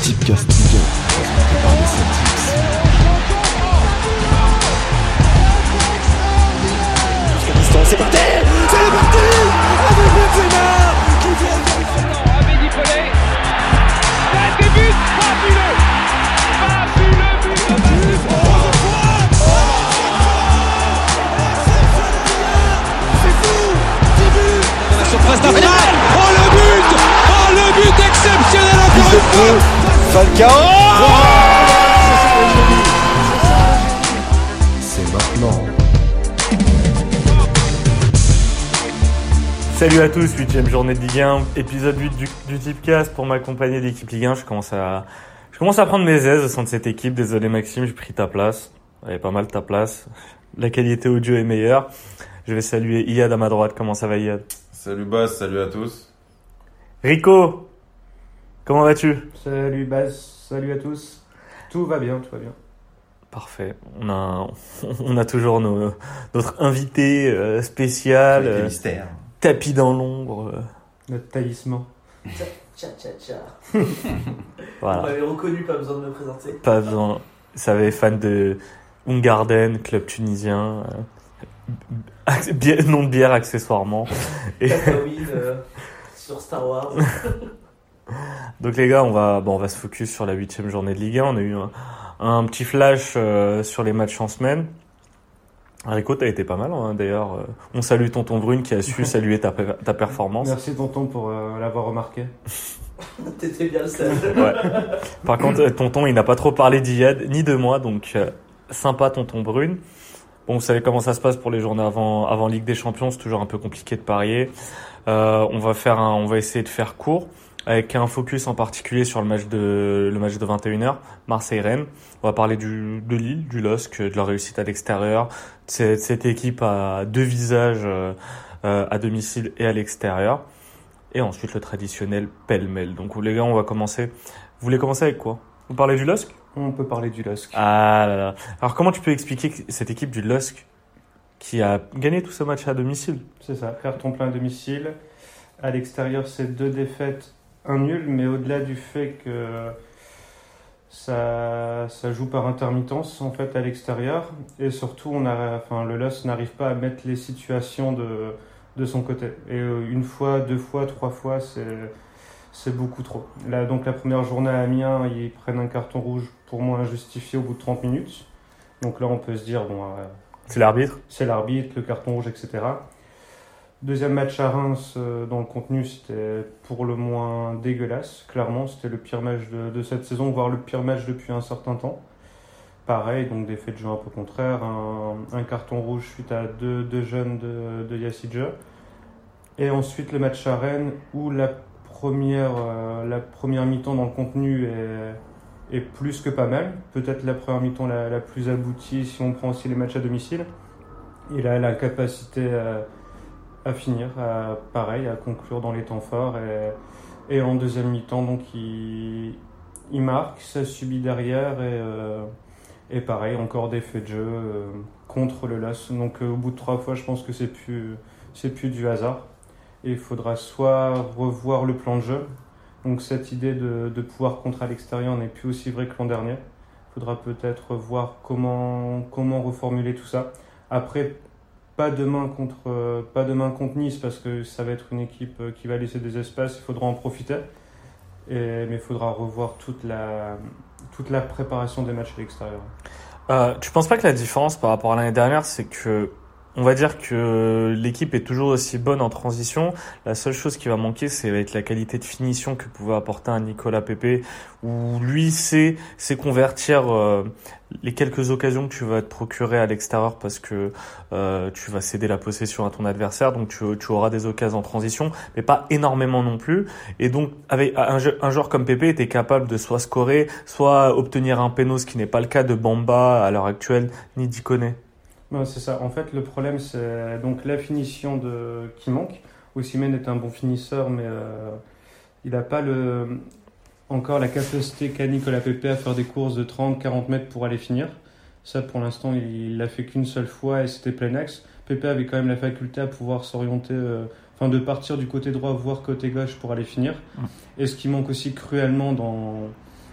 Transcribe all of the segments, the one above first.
Tipcast Ligue 1, présenté par les Celtics. Jusqu'à distance, c'est parti. C'est parti. Avec Benzema qui vient Abedi Pelé. Un début fabuleux. Fabuleux but de Benzema. C'est fou. 10 buts. La surprise d'Arsenal. Oh le but. Oh le but exceptionnel encore une fois. Falcao. C'est maintenant. Salut à tous, 8ème journée de Ligue 1, épisode 8 du Tipcast pour m'accompagner d'équipe Ligue 1. Je commence à prendre mes aises au sein de cette équipe. Désolé Maxime, j'ai pris ta place. Elle est pas mal ta place. La qualité audio est meilleure. Je vais saluer Iyad à ma droite. Comment ça va Iyad? Salut Bas, salut à tous. Rico, comment vas-tu? Salut Baz, salut à tous. Tout va bien, tout va bien. Parfait. On a toujours notre invité spécial. Avec les mystères. Tapis dans l'ombre. Notre talisman. Tcha tcha tcha. Voilà. Vous m'avez reconnu, pas besoin de me présenter. Pas besoin. Vous savez, fan de Ungarden, club tunisien. Nom de bière accessoirement. Et Tatooine sur Star Wars. donc les gars, on va se focus sur la 8ème journée de Ligue 1. On a eu un petit flash sur les matchs en semaine. Rico, t'as été pas mal hein, d'ailleurs. On salue Tonton Brune qui a su saluer ta performance. Merci tonton pour l'avoir remarqué. T'étais bien le seul. Ouais. Par contre, Tonton, il n'a pas trop parlé d'Iyad ni de moi, donc sympa Tonton Brune. Bon, vous savez comment ça se passe pour les journées avant Ligue des Champions, c'est toujours un peu compliqué de parier. On va essayer de faire court, avec un focus en particulier sur le match de 21h, Marseille-Rennes. On va parler de Lille, du LOSC, de leur réussite à l'extérieur, de cette équipe à deux visages à domicile et à l'extérieur. Et ensuite le traditionnel pêle-mêle. Donc les gars, on va commencer. Vous voulez commencer avec quoi? Vous parlez du LOSC? On peut parler du LOSC. Ah là là. Alors comment tu peux expliquer cette équipe du LOSC qui a gagné tout ce match à domicile? C'est ça, carton plein à domicile. À l'extérieur, c'est 2 défaites, un nul, mais au-delà du fait que ça joue par intermittence en fait à l'extérieur. Et surtout, le LOSC n'arrive pas à mettre les situations de son côté. Et une fois, 2 fois, 3 fois, c'est beaucoup trop. Là, donc la première journée à Amiens, ils prennent un carton rouge pour moi injustifié au bout de 30 minutes. Donc là, on peut se dire, C'est l'arbitre? C'est l'arbitre, le carton rouge, etc. Deuxième match à Reims, dans le contenu, c'était pour le moins dégueulasse. Clairement, c'était le pire match de cette saison, voire le pire match depuis un certain temps. Pareil, donc des faits de jeu un peu contraires. Un carton rouge suite à deux jeunes de Yassidja. Et ensuite, le match à Rennes, où la première mi-temps dans le contenu est plus que pas mal. Peut-être la première mi-temps la plus aboutie si on prend aussi les matchs à domicile. Il a la capacité à finir, à conclure dans les temps forts. Et en deuxième mi-temps, donc il marque, ça subit derrière et pareil, encore des faits de jeu contre le LOSC. Donc au bout de 3 fois, je pense que c'est plus du hasard. Et il faudra soit revoir le plan de jeu. Donc cette idée de pouvoir contre à l'extérieur n'est plus aussi vraie que l'an dernier. Il faudra peut-être voir comment reformuler tout ça. Après, pas demain contre Nice parce que ça va être une équipe qui va laisser des espaces, il faudra en profiter. Mais il faudra revoir toute la préparation des matchs à l'extérieur. Tu penses pas que la différence par rapport à l'année dernière, c'est que on va dire que l'équipe est toujours aussi bonne en transition. La seule chose qui va manquer, c'est être la qualité de finition que pouvait apporter un Nicolas Pepe, où lui sait convertir les quelques occasions que tu vas te procurer à l'extérieur parce que tu vas céder la possession à ton adversaire, donc tu auras des occasions en transition, mais pas énormément non plus. Et donc avec un joueur comme Pepe était capable de soit scorer, soit obtenir un péno, ce qui n'est pas le cas de Bamba à l'heure actuelle, ni d'Ikoné. Non, c'est ça. En fait, le problème, c'est donc la finition qui manque. Osimhen est un bon finisseur, mais il n'a pas encore la capacité qu'a Nicolas Pepe à faire des courses de 30-40 mètres pour aller finir. Ça, pour l'instant, il l'a fait qu'une seule fois et c'était plein axe. Pepe avait quand même la faculté à pouvoir s'orienter, de partir du côté droit, voire côté gauche pour aller finir. Et ce qui manque aussi cruellement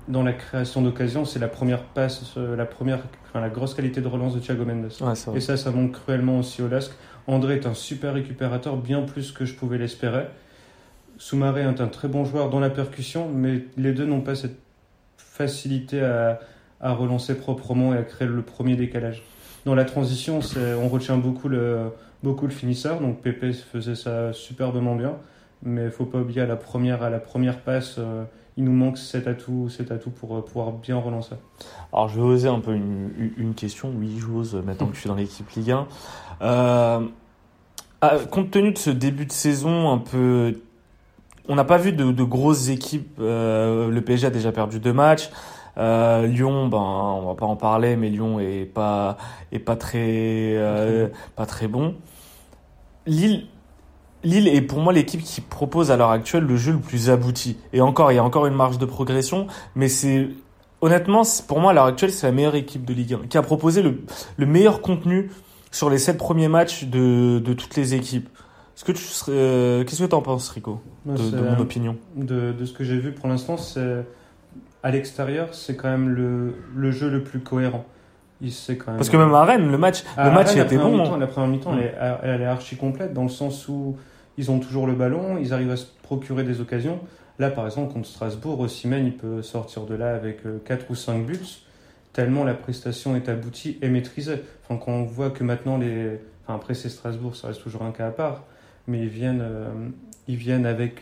dans la création d'occasion, c'est la première passe, la grosse qualité de relance de Thiago Mendes. Ouais, c'est vrai. Et ça manque cruellement aussi au LOSC. André est un super récupérateur, bien plus que je pouvais l'espérer. Soumaré est un très bon joueur dans la percussion, mais les deux n'ont pas cette facilité à relancer proprement et à créer le premier décalage. Dans la transition, on retient beaucoup le finisseur, donc Pépé faisait ça superbement bien, mais il ne faut pas oublier à la première passe, il nous manque cet atout pour pouvoir bien relancer. Alors, je vais oser un peu une question. Oui, j'ose maintenant que je suis dans l'équipe Ligue 1. Compte tenu de ce début de saison un peu... On n'a pas vu de grosses équipes. Le PSG a déjà perdu 2 matchs. Lyon, on va pas en parler, mais Lyon est pas très bon. Lille est pour moi l'équipe qui propose à l'heure actuelle le jeu le plus abouti. Et encore, il y a encore une marge de progression, mais honnêtement, pour moi à l'heure actuelle, c'est la meilleure équipe de Ligue 1 qui a proposé le meilleur contenu sur les 7 premiers matchs de toutes les équipes. Qu'est-ce que t'en penses, Rico, de mon opinion? De ce que j'ai vu pour l'instant, à l'extérieur, c'est quand même le jeu le plus cohérent. Parce que même à Rennes, le match était bon. La première mi-temps, elle est archi complète dans le sens où ils ont toujours le ballon, ils arrivent à se procurer des occasions. Là, par exemple, contre Strasbourg, Osimhen, il peut sortir de là avec 4 ou 5 buts, tellement la prestation est aboutie et maîtrisée. Enfin, quand on voit que maintenant, après c'est Strasbourg, ça reste toujours un cas à part, mais ils viennent avec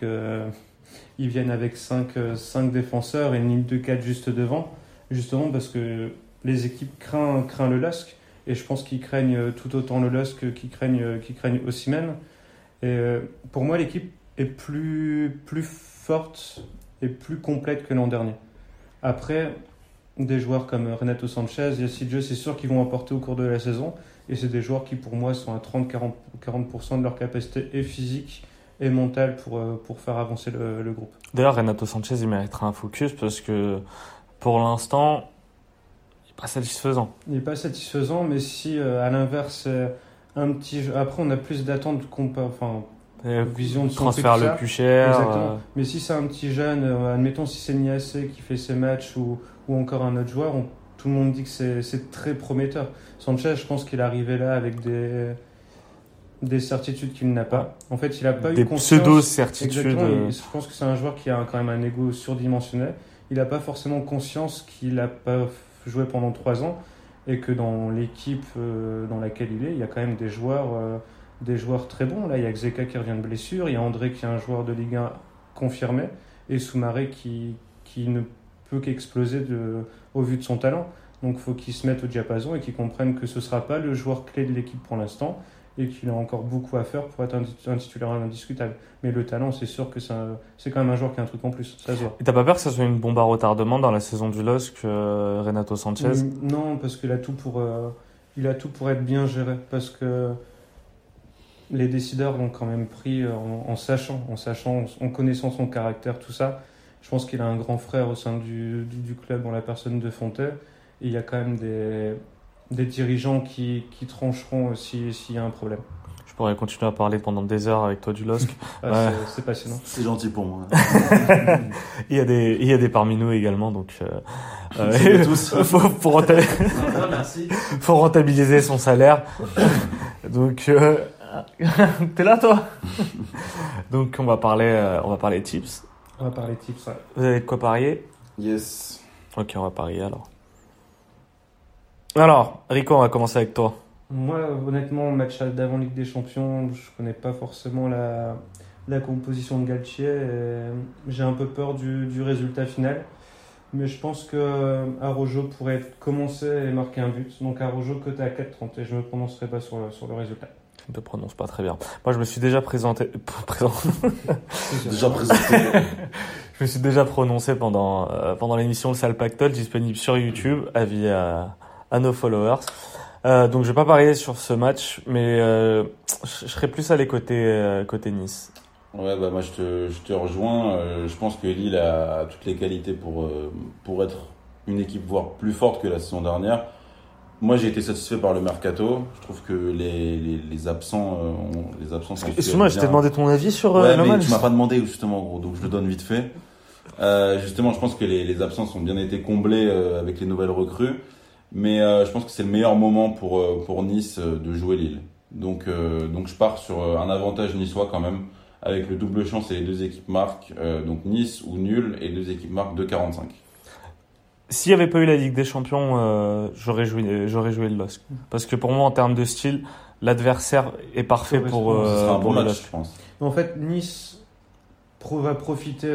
5 défenseurs et une ligne de 4 juste devant, justement parce que les équipes craignent le LOSC, et je pense qu'ils craignent tout autant le LOSC qu'ils craignent Osimhen. Et pour moi, l'équipe est plus forte et plus complète que l'an dernier. Après, des joueurs comme Renato Sanchez, Yacidjo, c'est sûr qu'ils vont apporter au cours de la saison, et c'est des joueurs qui pour moi sont à 30-40% de leur capacité et physique et mentale pour faire avancer le groupe. D'ailleurs, Renato Sanchez, il méritera un focus parce que pour l'instant, il n'est pas satisfaisant. Il n'est pas satisfaisant, mais si à l'inverse, un petit jeu... Après, on a plus d'attentes vision de son transfert le plus cher. Exactement. Mais si c'est un petit jeune, admettons si c'est Niasse qui fait ses matchs ou encore un autre joueur, tout le monde dit que c'est très prometteur. Sanchez, je pense qu'il est arrivé là avec des certitudes qu'il n'a pas. En fait, il n'a pas eu conscience... Des pseudo-certitudes. Exactement. Je pense que c'est un joueur qui a quand même un ego surdimensionné. Il n'a pas forcément conscience qu'il n'a pas joué pendant 3 ans et que dans l'équipe dans laquelle il y a quand même des joueurs très bons. Là, il y a Xeka qui revient de blessure, il y a André qui est un joueur de Ligue 1 confirmé, et Soumaré qui ne peut qu'exploser au vu de son talent. Donc il faut qu'il se mette au diapason et qu'il comprenne que ce ne sera pas le joueur clé de l'équipe pour l'instant et qu'il a encore beaucoup à faire pour être un titulaire indiscutable. Mais le talent, c'est sûr que c'est quand même un joueur qui a un truc en plus, ça se voit. Et t'as pas peur que ça soit une bombe à retardement dans la saison du LOSC, Renato Sanchez? Non, parce qu'il a tout pour être bien géré, parce que les décideurs l'ont quand même pris en sachant, en connaissant son caractère, tout ça. Je pense qu'il a un grand frère au sein du club, dans la personne de Fontaine, et il y a quand même des dirigeants qui trancheront s'il y a un problème. Je pourrais continuer à parler pendant des heures avec toi du LOSC. C'est passionnant. C'est gentil pour moi. Il y a des parmi nous également, donc tous. faut rentabiliser son salaire. Donc t'es là toi. Donc on va parler tips. On va parler tips. Ouais. Vous avez de quoi parier? Yes. Ok, on va parier alors. Alors, Rico, on va commencer avec toi. Moi, honnêtement, match d'avant Ligue des Champions, je connais pas forcément la composition de Galtier. J'ai un peu peur du résultat final. Mais je pense que Araujo pourrait commencer et marquer un but. Donc Araujo coté à 4,30 et je ne me prononcerai pas sur le résultat. Je ne te prononce pas très bien. Moi, je me suis déjà présenté. Déjà présenté. Je me suis déjà prononcé pendant l'émission Le Sale Pactole, disponible sur YouTube, avis à nos followers. Donc, je vais pas parier sur ce match, mais je serai plus allé côté Nice. Ouais, moi je te rejoins. Je pense que Lille a toutes les qualités pour être une équipe voire plus forte que la saison dernière. Moi, j'ai été satisfait par le mercato. Je trouve que les absents sont... Excuse-moi, je t'ai demandé ton avis sur le match. Tu m'as pas demandé justement, gros, donc je le donne vite fait. Justement, je pense que les absences ont bien été comblées avec les nouvelles recrues. Mais je pense que c'est le meilleur moment pour Nice de jouer Lille. Donc je pars sur un avantage niçois quand même, avec le double chance et les deux équipes marquent. Donc Nice ou nul et les deux équipes marquent 2,45. S'il n'y avait pas eu la Ligue des Champions, j'aurais joué le LOSC. Parce que pour moi, en termes de style, l'adversaire est parfait Ce pour sera un bon le match, LOSC. je pense. En fait, Nice va profiter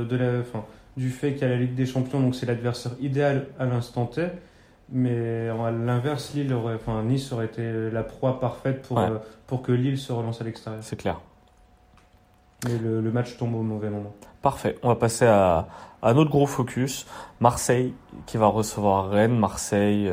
du fait qu'il y a la Ligue des Champions, donc c'est l'adversaire idéal à l'instant T. Mais à l'inverse, Nice aurait été la proie parfaite pour que Lille se relance à l'extérieur. C'est clair. Mais le match tombe au mauvais moment. Parfait. On va passer à notre gros focus. Marseille qui va recevoir Rennes. Marseille.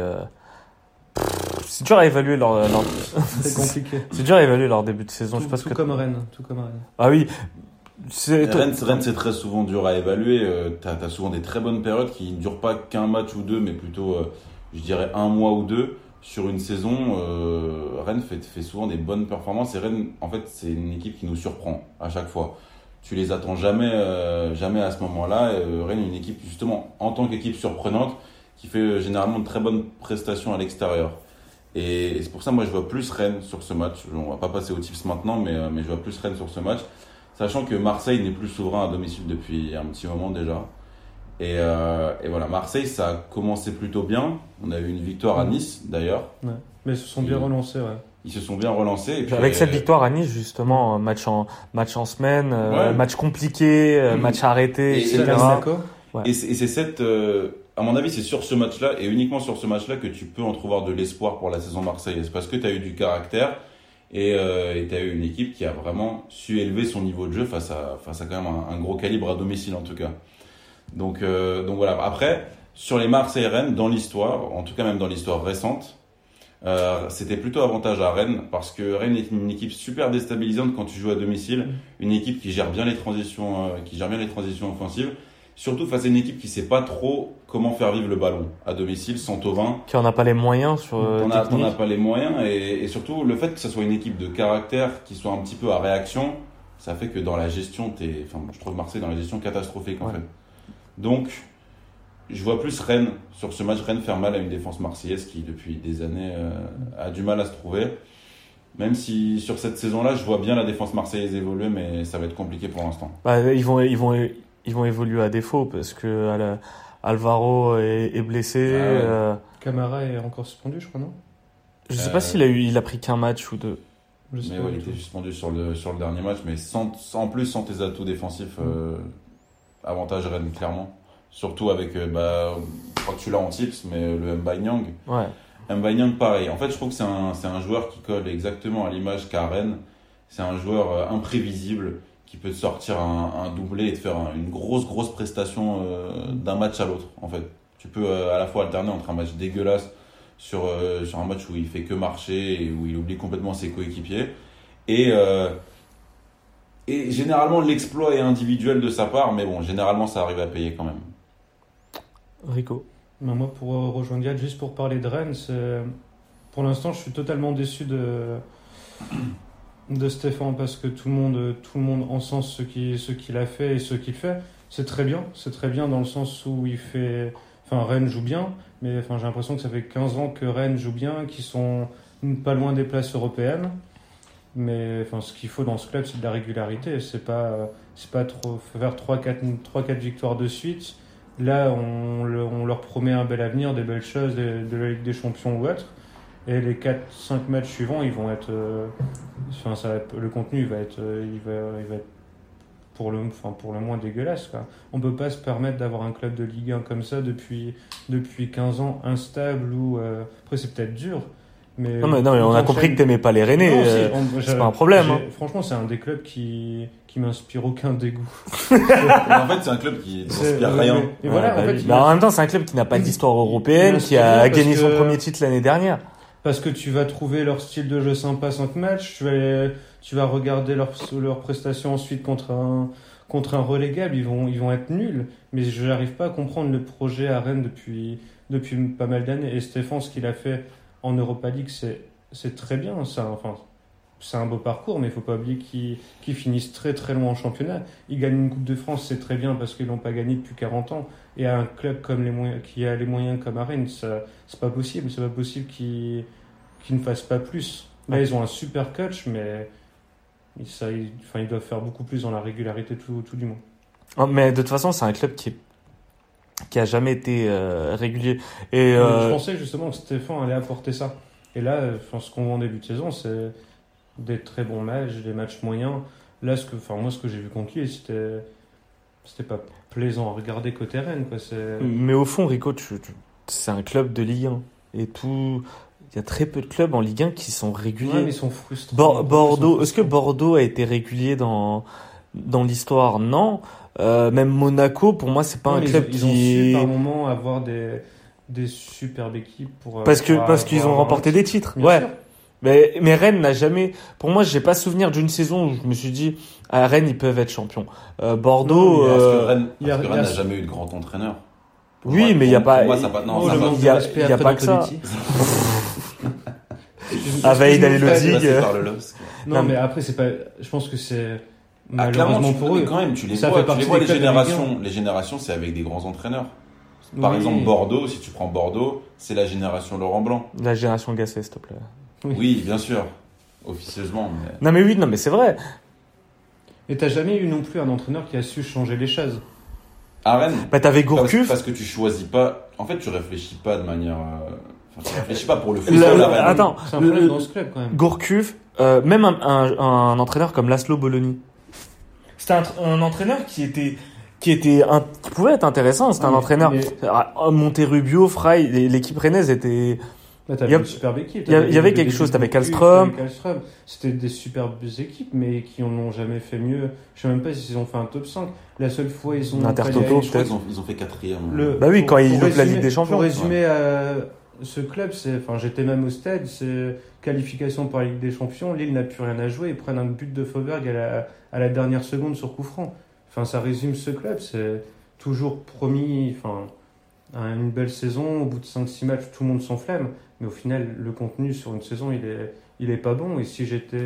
C'est dur à évaluer C'est compliqué. C'est dur à évaluer leur début de saison. Tout comme Rennes. Ah oui. Rennes, c'est très souvent dur à évaluer. T'as souvent des très bonnes périodes qui ne durent pas qu'un match ou deux, mais plutôt, je dirais, un mois ou deux sur une saison. Rennes fait souvent des bonnes performances et Rennes, en fait, c'est une équipe qui nous surprend à chaque fois. Tu les attends jamais à ce moment-là. Rennes est une équipe, justement, en tant qu'équipe surprenante, qui fait généralement de très bonnes prestations à l'extérieur. Et c'est pour ça, moi, je vois plus Rennes sur ce match. On va pas passer aux tips maintenant, mais je vois plus Rennes sur ce match. Sachant que Marseille n'est plus souverain à domicile depuis un petit moment déjà. Et voilà, Marseille, ça a commencé plutôt bien. On a eu une victoire à Nice, d'ailleurs. Ouais. Mais ils se sont bien relancés, ouais. Ils se sont bien relancés. Et puis, avec cette victoire à Nice, justement, match en semaine, match compliqué, match arrêté, etc. Ouais. Et c'est cette... à mon avis, c'est sur ce match-là, et uniquement sur ce match-là, que tu peux entrevoir de l'espoir pour la saison marseillaise. Parce que tu as eu du caractère. Et tu as eu une équipe qui a vraiment su élever son niveau de jeu face à quand même un gros calibre à domicile en tout cas. Donc voilà. Après, sur les Marseille-Rennes, dans l'histoire, en tout cas même dans l'histoire récente, c'était plutôt avantage à Rennes parce que Rennes est une équipe super déstabilisante quand tu joues à domicile, une équipe qui gère bien les transitions offensives. Surtout face à une équipe qui sait pas trop comment faire vivre le ballon à domicile sans Thauvin. Qui en a pas les moyens T'en as pas les moyens et surtout le fait que ce soit une équipe de caractère qui soit un petit peu à réaction, ça fait que dans la gestion, je trouve Marseille dans la gestion catastrophique en fait. Donc, je vois plus Rennes sur ce match, Rennes faire mal à une défense marseillaise qui depuis des années a du mal à se trouver. Même si sur cette saison-là, je vois bien la défense marseillaise évoluer, mais ça va être compliqué pour l'instant. Ils vont évoluer à défaut parce que Alvaro est blessé. Camara est encore suspendu, je crois, non ? Je sais pas il a pris qu'un match ou deux. Mais il était suspendu sur le dernier match, mais en plus sans tes atouts défensifs, avantage Rennes clairement. Surtout avec, je crois que tu l'as en tips, mais le M'Baye-Niang. Ouais. M'Baye-Niang, pareil. En fait, je trouve que c'est un joueur qui colle exactement à l'image qu'a Rennes. C'est un joueur imprévisible qui peut te sortir un doublé et te faire une grosse prestation d'un match à l'autre, en fait. Tu peux à la fois alterner entre un match dégueulasse sur un match où il fait que marcher et où il oublie complètement ses coéquipiers. Et généralement, l'exploit est individuel de sa part, mais bon, généralement, ça arrive à payer quand même. Rico. Moi, pour rejoindre Yann, juste pour parler de Rennes, pour l'instant, je suis totalement déçu de Stéphane parce que tout le monde encense ce qu'il a fait et ce qu'il fait. C'est très bien dans le sens où Rennes joue bien, mais j'ai l'impression que ça fait 15 ans que Rennes joue bien, qu'ils sont pas loin des places européennes. Mais ce qu'il faut dans ce club, c'est de la régularité. C'est pas trop faire 3-4 victoires de suite. Là, on leur promet un bel avenir, des belles choses, de la Ligue des Champions ou autre. Et les 4-5 matchs suivants, ils vont être. Le contenu, il va être pour le moins dégueulasse, quoi. On peut pas se permettre d'avoir un club de Ligue 1 comme ça depuis 15 ans, instable ou. Après, c'est peut-être dur. Mais on a compris que t'aimais pas les Rennais. C'est pas un problème. Franchement, c'est un des clubs qui m'inspire aucun dégoût. En fait, c'est un club qui n'inspire rien. Et voilà, en même temps, c'est un club qui n'a pas d'histoire européenne, qui a gagné son premier titre l'année dernière. Parce que tu vas trouver leur style de jeu sympa 5 matchs, tu vas regarder leurs prestations ensuite contre un relégable, ils vont être nuls. Mais je n'arrive pas à comprendre le projet à Rennes depuis pas mal d'années. Et Stéphane, ce qu'il a fait en Europa League, c'est très bien, ça. c'est un beau parcours, mais il faut pas oublier qu'ils finissent très très loin en championnat. Ils gagnent une Coupe de France, c'est très bien parce qu'ils l'ont pas gagné depuis 40 ans. Et un club comme qui a les moyens comme Rennes, c'est pas possible. C'est pas possible qu'ils ne fassent pas plus. Là, ils ont un super coach, mais ils doivent faire beaucoup plus dans la régularité tout du monde. Oh, mais de toute façon, c'est un club qui a jamais été régulier. Et Je pensais justement que Stéphane allait apporter ça. Et là, ce qu'on voit en début de saison, c'est des très bons matchs, des matchs moyens. Là, moi, ce que j'ai vu contre lui, c'était pas plaisant à regarder côté Rennes, quoi. Mais au fond, Rico, c'est un club de Ligue 1. Et tout. Il y a très peu de clubs en Ligue 1 qui sont réguliers. Ouais, mais ils sont frustrants. Bordeaux, est-ce que Bordeaux a été régulier dans l'histoire? Non. Même Monaco, pour moi, c'est pas un club ils ont su par moment avoir des superbes équipes parce qu'ils ont remporté des titres. Bien Ouais. sûr. Mais Rennes n'a jamais. Pour moi, j'ai pas souvenir d'une saison où je me suis dit à Rennes ils peuvent être champions. Bordeaux. Parce que Rennes il y a- n'a jamais eu de grand entraîneur. Pour Oui, moi- mais il y a pour pas. moi, ça a pas. Non, Oh, ça a le pas- manque il de y a- respect il y a après pas que ça. Antonetti. Avaï d'aller le Passé zig. par le LOSC. Non, mais après, c'est pas. Je pense que c'est Ah, clairement, malheureusement pour eux. quand même, tu les Ça vois, fait partie les des clubs de Ligue générations. Les générations, c'est avec des grands entraîneurs. Par Oui. exemple, Bordeaux, si tu prends Bordeaux, c'est la génération Laurent Blanc. La génération Gasset, s'il te plaît. Oui, bien sûr. Officieusement. Mais... Non mais oui, non mais c'est vrai. Et t'as jamais eu non plus un entraîneur qui a su changer les chaises. À Rennes, Bah t'avais Gourcuff. parce que tu choisis pas. En fait, tu réfléchis pas de manière. Enfin, tu réfléchis pas pour le football à Rennes. Attends, C'est un problème dans ce club quand même. Gourcuff, même un entraîneur comme Laszlo Bologna. C'était un entraîneur qui pouvait être intéressant. C'était un mais- entraîneur. mais- Monterrubio, Fry, l'équipe rennaise était. Là, Il t'avais y a- une superbe équipe. il y avait quelque chose, t'avais Kallström. C'était des superbes équipes, mais qui en ont jamais fait mieux. Je sais même pas s'ils ont fait un top 5. La seule fois, ils ont. Intertoto, Je crois peut-être. qu'ils ont fait quatrième. Bah oui, quand ils pour loupent la résumer- Ligue des Champions. Pour résumer, ce club, j'étais même au stade, c'est qualification par la Ligue des Champions. Lille n'a plus rien à jouer. Ils prennent un but de Fauberg à la dernière seconde sur coup franc. Enfin, ça résume ce club. C'est toujours promis. Enfin, à une belle saison. Au bout de 5-6 matchs, tout le monde s'enflamme. Mais au final, le contenu sur une saison, il est pas bon. Et si j'étais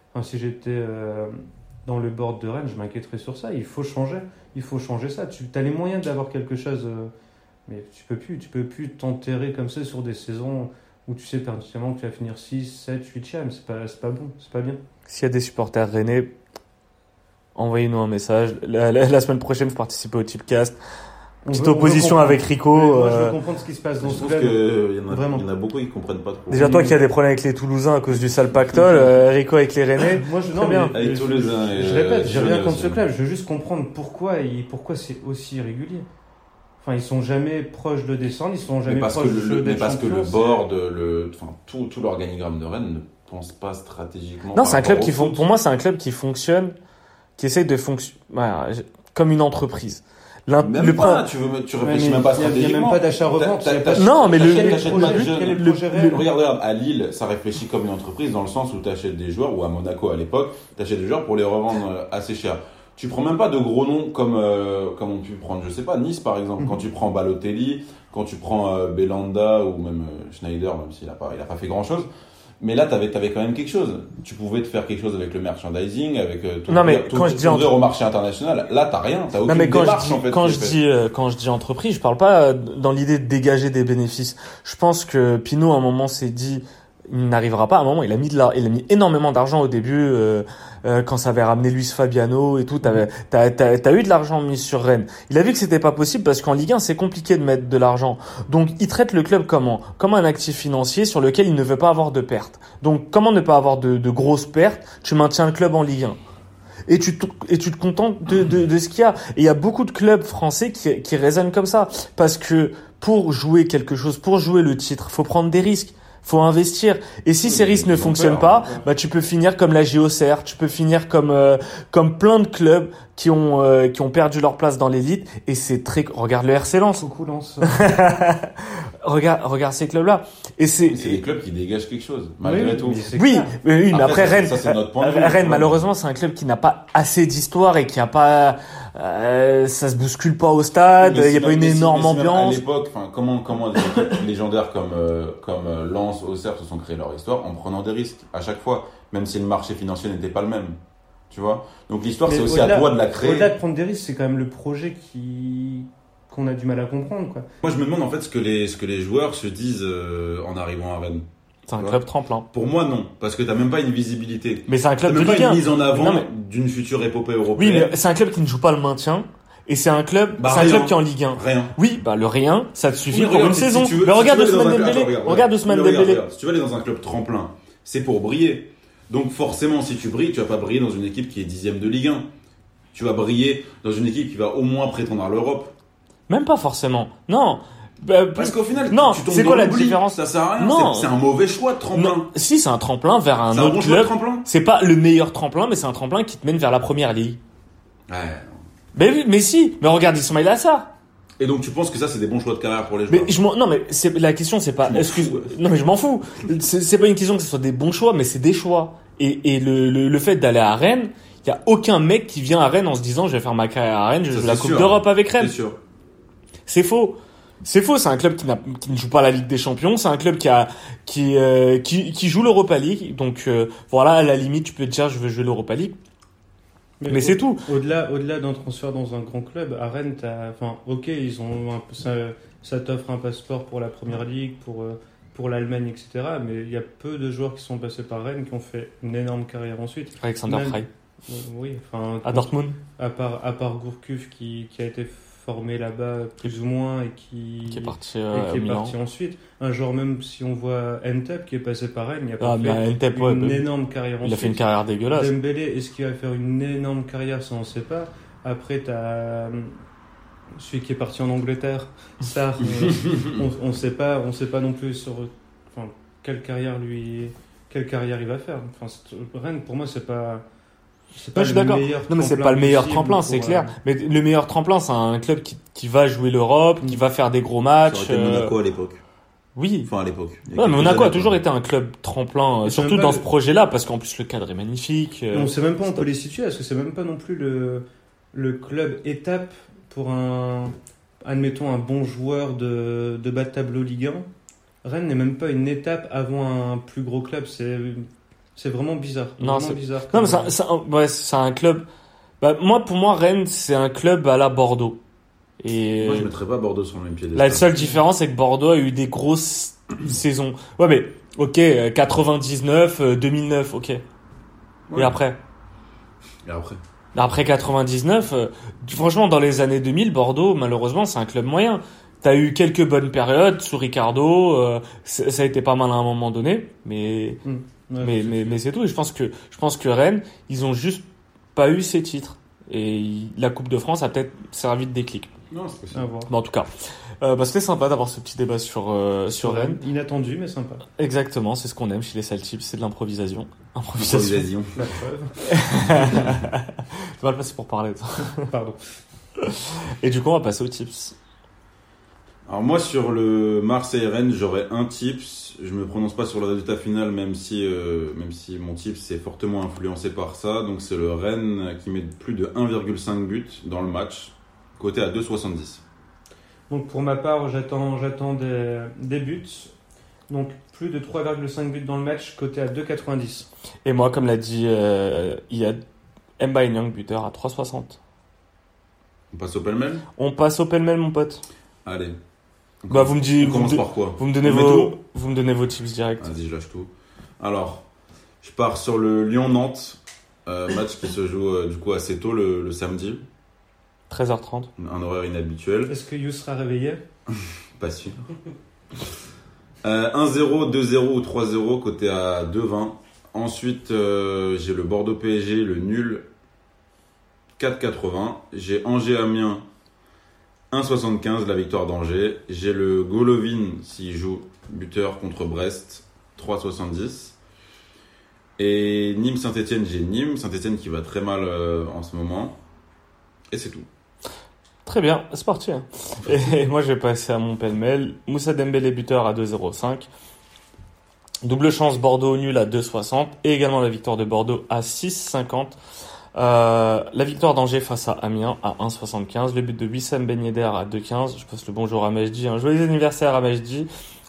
dans le board de Rennes, je m'inquiéterais sur ça. Il faut changer ça. Tu as les moyens d'avoir quelque chose, mais tu peux plus t'enterrer comme ça sur des saisons où tu sais pertinemment que tu vas finir 6, 7, 8e. C'est pas bon, c'est pas bien. S'il y a des supporters rennais, envoyez-nous un message. La semaine prochaine, vous participez au Tipcast. Petite opposition avec Rico. Moi, je veux comprendre ce qui se passe dans Je ce trouve club. qu'il y Vraiment. en a beaucoup qui comprennent pas trop. Déjà, toi qui as des problèmes avec les Toulousains à cause du sale pactole, Rico avec les Rennais. Moi, Très bien. Avec Toulousain et Je répète, j'ai rien Genève contre ce aussi. club. Je veux juste comprendre pourquoi c'est aussi irrégulier. Enfin, ils sont jamais proches de descendre, ils sont jamais Mais parce proches que d'être champions, le c'est- board, tout l'organigramme de Rennes ne pense pas stratégiquement. Non, par c'est un club rapport au foot. pour moi, c'est un club qui fonctionne, qui essaie de fonctionner, comme une entreprise. Même pas, tu réfléchis Ouais, même pas mais il y a stratégiquement. même pas d'achat-revente, T'as- il y a pas- t'achètes- Non, mais t'achètes Quel pas de projet- jeunes. quel est le projet réel Regarde, à Lille, ça réfléchit comme une entreprise dans le sens où tu achètes des joueurs, ou à Monaco à l'époque, tu achètes des joueurs pour les revendre assez cher. Tu prends même pas de gros noms comme on pu prendre, je sais pas, Nice par exemple. Quand tu prends Balotelli, quand tu prends Belanda ou même Schneider, même s'il a pas fait grand chose. Mais là, t'avais quand même quelque chose. Tu pouvais te faire quelque chose avec le merchandising, avec Non, mais quand je dis t'ouvrir au marché international. Là, t'as rien, t'as Non, aucune mais démarche en fait. quand qui je est faite. dis entreprise, je parle pas dans l'idée de dégager des bénéfices. Je pense que Pinot, à un moment, s'est dit, il n'arrivera pas. À un moment, il a mis énormément d'argent au début, quand ça avait ramené Luis Fabiano et tout. T'as eu de l'argent mis sur Rennes. Il a vu que c'était pas possible parce qu'en Ligue 1, c'est compliqué de mettre de l'argent. Donc, il traite le club comment? Comme un actif financier sur lequel il ne veut pas avoir de pertes. Donc, comment ne pas avoir de grosses pertes? Tu maintiens le club en Ligue 1. Et tu te contentes de ce qu'il y a. Et il y a beaucoup de clubs français qui raisonnent comme ça. Parce que pour jouer quelque chose, pour jouer le titre, faut prendre des risques. Faut investir. Et si ces risques ne fonctionnent pas, bah tu peux finir comme la JOCR, tu peux finir comme plein de clubs qui ont perdu leur place dans l'élite. Et c'est très, regarde le RC Lens. Coucou Lens. regarde ces clubs-là. Et c'est des clubs qui dégagent quelque chose, malgré tout. oui, mais après ça, Rennes, c'est notre point de vue. Rennes malheureusement c'est un club qui n'a pas assez d'histoire et qui a pas, ça se bouscule pas au stade, il y a pas une énorme ambiance. À l'époque, comment des équipes légendaires comme Lens, Auxerre se sont créés leur histoire en prenant des risques à chaque fois. même si le marché financier n'était pas le même. Tu vois. Donc l'histoire, Mais c'est aussi à toi de la créer. Au-delà de prendre des risques, c'est quand même le projet qu'on a du mal à comprendre, quoi. Moi, je me demande en fait ce que les joueurs se disent en arrivant à Rennes. C'est un Ouais. club tremplin. Pour moi, non, parce que t'as même pas une visibilité. Mais c'est un T'as club de même pas Ligue 1. une mise en avant Non, mais- d'une future épopée Oui, européenne. mais c'est un club qui ne joue pas le maintien. Et c'est un club, Bah, c'est un rien. club qui est en Ligue 1. Rien. Oui, bah le rien, ça te suffit Oui, pour regarde, une si saison. tu veux- Mais si regarde tu veux aller Ousmane dans un- Dembélé. attends, Regarde Ousmane Mais regarde, Dembélé. regarde. Si tu veux aller dans un club tremplin, c'est pour briller. Donc forcément, si tu brilles, tu vas pas briller dans une équipe qui est 10e de Ligue 1. Tu vas briller dans une équipe qui va au moins prétendre à l'Europe. Même pas forcément. Non. Bah, Parce qu'au final, Non, tu tombes c'est dans quoi la l'oubli. différence? Ça sert à rien. Non. C'est un mauvais choix de tremplin. non. Si, c'est un tremplin vers un C'est un autre bon choix de club. tremplin. C'est pas le meilleur tremplin, mais c'est un tremplin qui te mène vers la première ligue. Ouais. Mais oui, mais si. Mais regarde Ismaïl Assar. Et donc tu penses que ça, c'est des bons choix de carrière pour les Mais joueurs? non, mais c'est la question, c'est pas. Je m'en Excuse. fous, ouais. Non, mais je m'en fous. C'est pas une question que ce soit des bons choix, mais c'est des choix. Et le fait d'aller à Rennes, il y a aucun mec qui vient à Rennes en se disant je vais faire ma carrière à Rennes, je Ça, joue la c'est Coupe sûr. d'Europe avec C'est Rennes. sûr. C'est faux. C'est faux. C'est un club qui ne joue pas la Ligue des Champions. C'est un club qui joue l'Europa League. Donc voilà, à la limite, tu peux te dire je veux jouer l'Europa League. Mais c'est tout. Au-delà d'un transfert dans un grand club, à Rennes, enfin, ok, ils ont ça t'offre un passeport pour la Première Ligue, pour l'Allemagne, etc. Mais il y a peu de joueurs qui sont passés par Rennes qui ont fait une énorme carrière ensuite. Alexander Même- Frey Oui, enfin, à Dortmund, à part Gourcuff qui a été formé là-bas plus ou moins et qui qui est parti et au qui est Milan. parti ensuite. Un joueur, même si on voit Ntep qui est passé par Rennes, il a pas Ah, mais fait Ntep, ouais, une bah, énorme carrière il a ensuite. fait une carrière dégueulasse. Dembélé, est-ce qu'il va faire une énorme carrière? Ça, on ne sait pas. Après, tu as celui qui est parti en Angleterre, Sarr. On sait pas non plus quelle carrière il va faire. Enfin, Rennes, pour moi, c'est pas je suis d'accord. Non, mais c'est pas le meilleur possible tremplin, c'est pour, clair. Mais le meilleur tremplin, c'est un club qui va jouer l'Europe, qui va faire des gros Ça matchs. aurait été Monaco à l'époque. Oui. Enfin, à l'époque. Il y a Ouais, mais quelques Monaco a années, toujours quoi. été un club tremplin, Et c'est surtout même pas dans le- ce projet-là, parce qu'en plus le cadre est magnifique. On sait même pas où on peut les situer, parce que c'est même pas non plus le club étape pour admettons, un bon joueur de bas de tableau Ligue 1. Rennes n'est même pas une étape avant un plus gros club. C'est vraiment bizarre. Non, Vraiment c'est- bizarre. Non, mais c'est un club. Bah, pour moi, Rennes, c'est un club à la Bordeaux. Et Moi, je mettrais pas Bordeaux sur le même pied. la seule différence, c'est que Bordeaux a eu des grosses saisons. Ouais, mais ok, 99, 2009, ok. Ouais. Et après? Et après. Après 99, franchement, dans les années 2000, Bordeaux, malheureusement, c'est un club moyen. T'as eu quelques bonnes périodes sous Ricardo, ça a été pas mal à un moment donné, mais Ouais, mais c'est tout. Et je pense que Rennes, ils ont juste pas eu ces titres. Et la Coupe de France a peut-être servi de déclic. Non, c'est possible. à voir. Mais en tout cas, c'était sympa d'avoir ce petit débat sur Rennes. Inattendu, mais sympa. Exactement, c'est ce qu'on aime chez les Celtics, c'est de l'improvisation. Improvisation. Improvisation. La preuve. C'est mal passé pour parler. toi. Pardon. Et du coup, on va passer aux tips. Alors moi sur le Marseille-Rennes, j'aurais un tips. Je me prononce pas sur le résultat final, même si mon tips est fortement influencé par ça. Donc c'est le Rennes qui met plus de 1,5 but dans le match, coté à 2,70. Donc pour ma part, j'attends des buts. Donc plus de 3,5 buts dans le match, coté à 2,90. Et moi, comme l'a dit Iyad, Mba Nyang, buteur à 3,60. On passe au pêle-mêle. On passe au pêle-mêle, mon pote. Allez. Bah, vous me dites, On commence par quoi? vous me donnez On met tout vous me donnez vos tips directs. Vas-y, je lâche tout. Alors, je pars sur le Lyon-Nantes, match qui se joue du coup assez tôt le samedi, 13h30. un horaire inhabituel, Est-ce que You sera réveillé? pas sûr. 1-0, 2-0 ou 3-0, côté à 2,20. Ensuite, j'ai le Bordeaux PSG, le nul, 4,80. J'ai Angers-Amiens, 1,75, la victoire d'Angers. J'ai le Golovin, s'il joue buteur contre Brest, 3,70. Et Nîmes-Saint-Etienne, j'ai Nîmes. Saint-Etienne qui va très mal en ce moment. Et c'est tout. Très bien, c'est parti. Hein. Et moi, je vais passer à mon pêle-mêle. Moussa Dembélé, buteur à 2,05. Double chance Bordeaux nul à 2,60. Et également la victoire de Bordeaux à 6,50. La victoire d'Angers face à Amiens à 1,75. Le but de Wissam Ben Yedder à 2,15. Je passe le bonjour à Majdi. Un joyeux anniversaire à Majdi.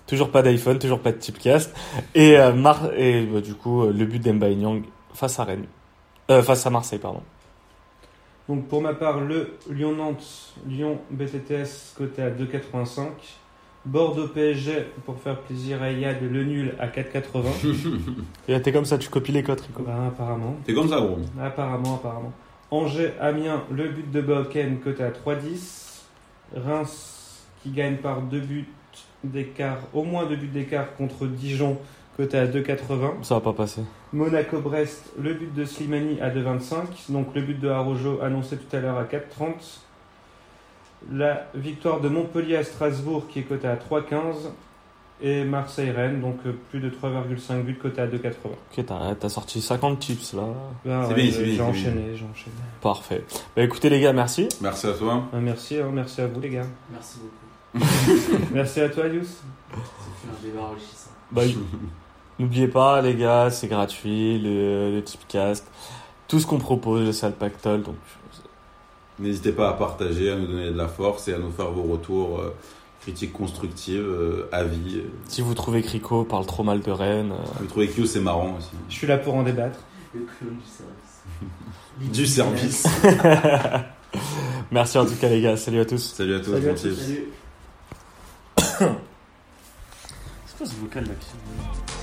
Toujours pas d'iPhone, toujours pas de Tipcast. Et, du coup, le but d'Mbaye Niang face à Rennes. Face à Marseille, pardon. Donc pour ma part, le Lyon-Nantes, Lyon BTTS coté à 2,85. Bordeaux PSG, pour faire plaisir à Yad, le nul à 4,80. Et là, t'es comme ça, tu copies les cotes, Rico. Bah, apparemment. T'es comme ça, gros. Apparemment. Angers, Amiens, le but de Boken coté à 3,10. Reims qui gagne par 2 buts d'écart, au moins 2 buts d'écart contre Dijon coté à 2,80. Ça va pas passer. Monaco-Brest, le but de Slimani à 2,25. Donc le but de Arojo annoncé tout à l'heure à 4,30. La victoire de Montpellier à Strasbourg qui est cotée à 3,15. Et Marseille-Rennes, donc plus de 3,5 buts coté à 2,80. Ok, t'as sorti 50 tips là. Ben, C'est ouais, bien, c'est bien, j'ai c'est enchaîné. Parfait. Bah écoutez les gars, merci. Merci à toi. Merci à vous les gars. Merci beaucoup. Merci à toi Yous. Ça fait un débat enrichissant. Bah, n'oubliez pas les gars, c'est gratuit, le Tipcast. Tout ce qu'on propose, le Sale Pactole, donc... N'hésitez pas à partager, à nous donner de la force et à nous faire vos retours, critiques constructives, avis. Si vous trouvez que Rico parle trop mal de Rennes... Vous trouvez que c'est marrant aussi. Je suis là pour en débattre. Le clown du service. Du service. Merci en tout cas les gars, salut à tous. Salut à tous, Salut à bon tous. tips. Salut. C'est quoi ce vocal là qui...